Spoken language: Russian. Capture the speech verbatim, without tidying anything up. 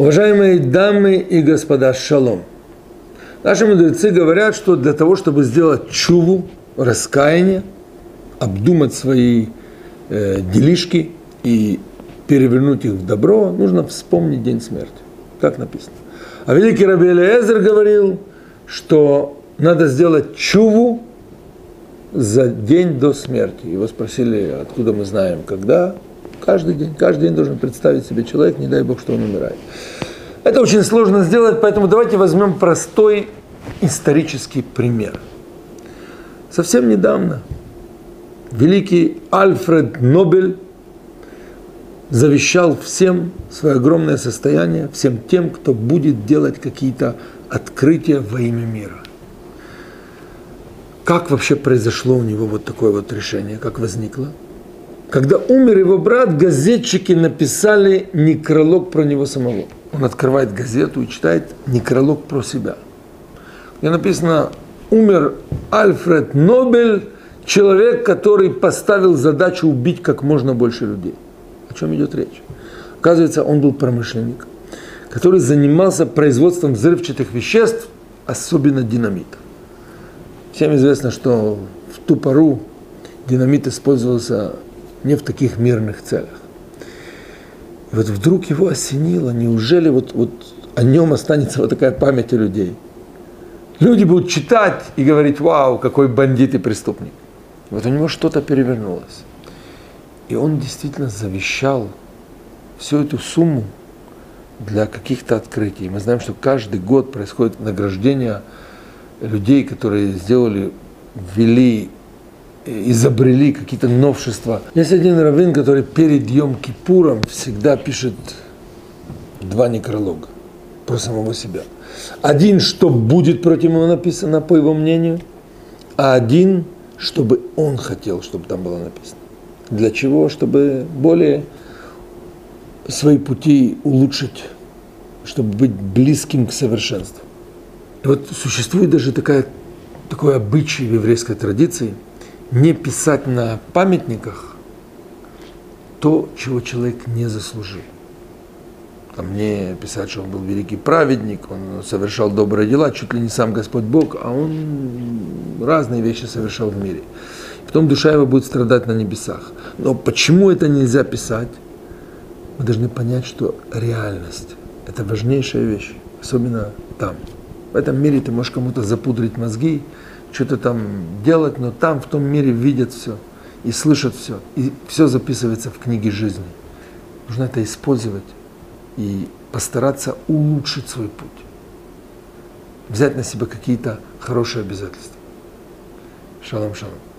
Уважаемые дамы и господа, шалом. Наши мудрецы говорят, что для того, чтобы сделать чуву, раскаяние, обдумать свои э, делишки и перевернуть их в добро, нужно вспомнить день смерти. Как написано. А великий Раби Элиэзер говорил, что надо сделать чуву за день до смерти. Его спросили, откуда мы знаем, когда. Каждый день, каждый день должен представить себе человек, не дай Бог, что он умирает. Это очень сложно сделать, поэтому давайте возьмем простой исторический пример. Совсем недавно великий Альфред Нобель завещал всем свое огромное состояние, всем тем, кто будет делать какие-то открытия во имя мира. Как вообще произошло у него вот такое вот решение, как возникло? Когда умер его брат, газетчики написали некролог про него самого. Он открывает газету и читает некролог про себя. Где написано: умер Альфред Нобель, человек, который поставил задачу убить как можно больше людей. О чем идет речь? Оказывается, он был промышленник, который занимался производством взрывчатых веществ, особенно динамита. Всем известно, что в ту пору динамит использовался не в таких мирных целях. И вот вдруг его осенило, неужели вот, вот о нем останется вот такая память у людей? Люди будут читать и говорить: вау, какой бандит и преступник. И вот у него что-то перевернулось. И он действительно завещал всю эту сумму для каких-то открытий. Мы знаем, что каждый год происходит награждение людей, которые сделали, ввели, изобрели какие-то новшества. Есть один раввин, который перед Йом-Кипуром всегда пишет два некролога про самого себя. Один, что будет против него написано, по его мнению, а один, чтобы он хотел, чтобы там было написано. Для чего? Чтобы более свои пути улучшить, чтобы быть близким к совершенству. И вот существует даже такая, такой обычай в еврейской традиции – не писать на памятниках то, чего человек не заслужил. Там не писать, что он был великий праведник, он совершал добрые дела, чуть ли не сам Господь Бог, а он разные вещи совершал в мире. Потом душа его будет страдать на небесах. Но почему это нельзя писать? Мы должны понять, что реальность – это важнейшая вещь, особенно там. В этом мире ты можешь кому-то запудрить мозги, что-то там делать, но там, в том мире, видят все и слышат все, и все записывается в книге жизни. Нужно это использовать и постараться улучшить свой путь. Взять на себя какие-то хорошие обязательства. Шалом, шалом.